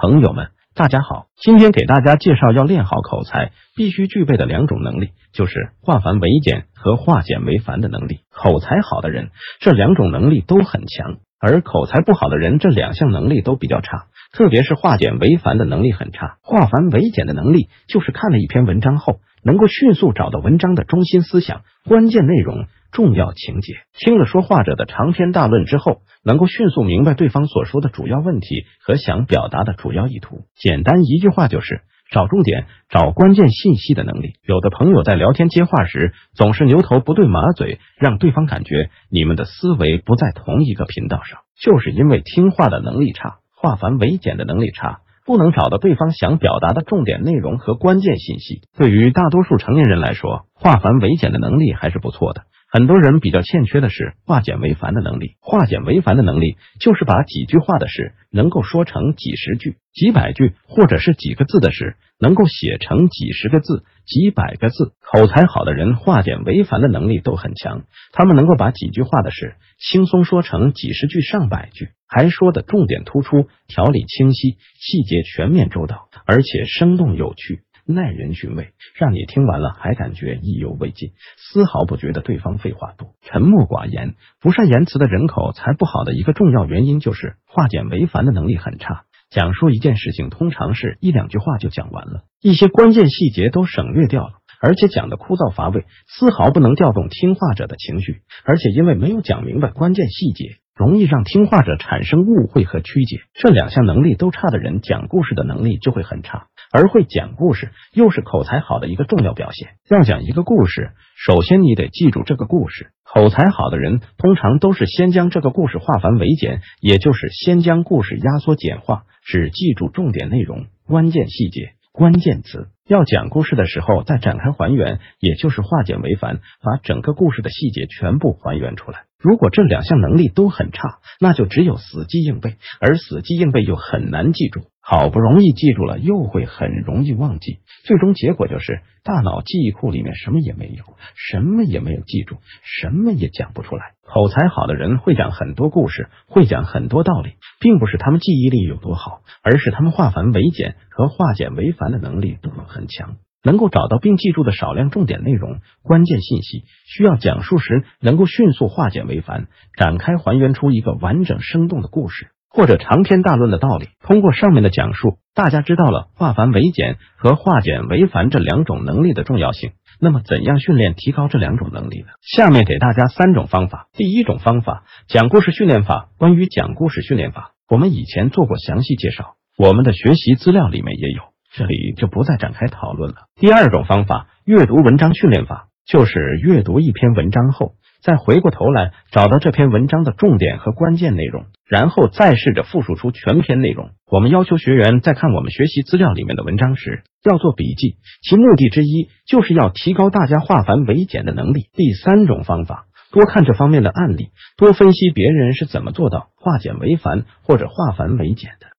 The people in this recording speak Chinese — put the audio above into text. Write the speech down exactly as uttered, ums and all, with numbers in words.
朋友们，大家好，今天给大家介绍要练好口才必须具备的两种能力，就是化繁为简和化简为繁的能力。口才好的人，这两种能力都很强，而口才不好的人，这两项能力都比较差，特别是化简为繁的能力很差。化繁为简的能力，就是看了一篇文章后，能够迅速找到文章的中心思想、关键内容、重要情节，听了说话者的长篇大论之后，能够迅速明白对方所说的主要问题和想表达的主要意图。简单一句话就是找重点、找关键信息的能力。有的朋友在聊天接话时总是牛头不对马嘴，让对方感觉你们的思维不在同一个频道上，就是因为听话的能力差，化繁为简的能力差，不能找到对方想表达的重点内容和关键信息。对于大多数成年人来说，化繁为简的能力还是不错的。很多人比较欠缺的是化简为繁的能力。化简为繁的能力，就是把几句话的事能够说成几十句、几百句，或者是几个字的事能够写成几十个字、几百个字。口才好的人化简为繁的能力都很强，他们能够把几句话的事轻松说成几十句、上百句，还说的重点突出，条理清晰，细节全面周到，而且生动有趣，耐人寻味，让你听完了还感觉意犹未尽，丝毫不觉得对方废话多。沉默寡言、不善言辞的人口才不好的一个重要原因就是化简为繁的能力很差。讲述一件事情通常是一两句话就讲完了，一些关键细节都省略掉了，而且讲的枯燥乏味，丝毫不能调动听话者的情绪，而且因为没有讲明白关键细节，容易让听话者产生误会和曲解。这两项能力都差的人，讲故事的能力就会很差。而会讲故事又是口才好的一个重要表现。要讲一个故事，首先你得记住这个故事。口才好的人通常都是先将这个故事化繁为简，也就是先将故事压缩简化，只记住重点内容、关键细节、关键词。要讲故事的时候再展开还原，也就是化简为繁，把整个故事的细节全部还原出来。如果这两项能力都很差，那就只有死记硬背，而死记硬背又很难记住，好不容易记住了又会很容易忘记，最终结果就是大脑记忆库里面什么也没有，什么也没有记住，什么也讲不出来。口才好的人会讲很多故事，会讲很多道理，并不是他们记忆力有多好，而是他们化繁为简和化简为繁的能力都很强，能够找到并记住的少量重点内容、关键信息，需要讲述时能够迅速化简为繁，展开还原出一个完整生动的故事，或者长篇大论的道理。通过上面的讲述，大家知道了化繁为简和化简为繁这两种能力的重要性。那么怎样训练提高这两种能力呢？下面给大家三种方法。第一种方法，讲故事训练法。关于讲故事训练法，我们以前做过详细介绍，我们的学习资料里面也有，这里就不再展开讨论了。第二种方法，阅读文章训练法，就是阅读一篇文章后，再回过头来找到这篇文章的重点和关键内容，然后再试着复述出全篇内容。我们要求学员在看我们学习资料里面的文章时要做笔记，其目的之一就是要提高大家化繁为简的能力。第三种方法，多看这方面的案例，多分析别人是怎么做到化简为繁或者化繁为简的。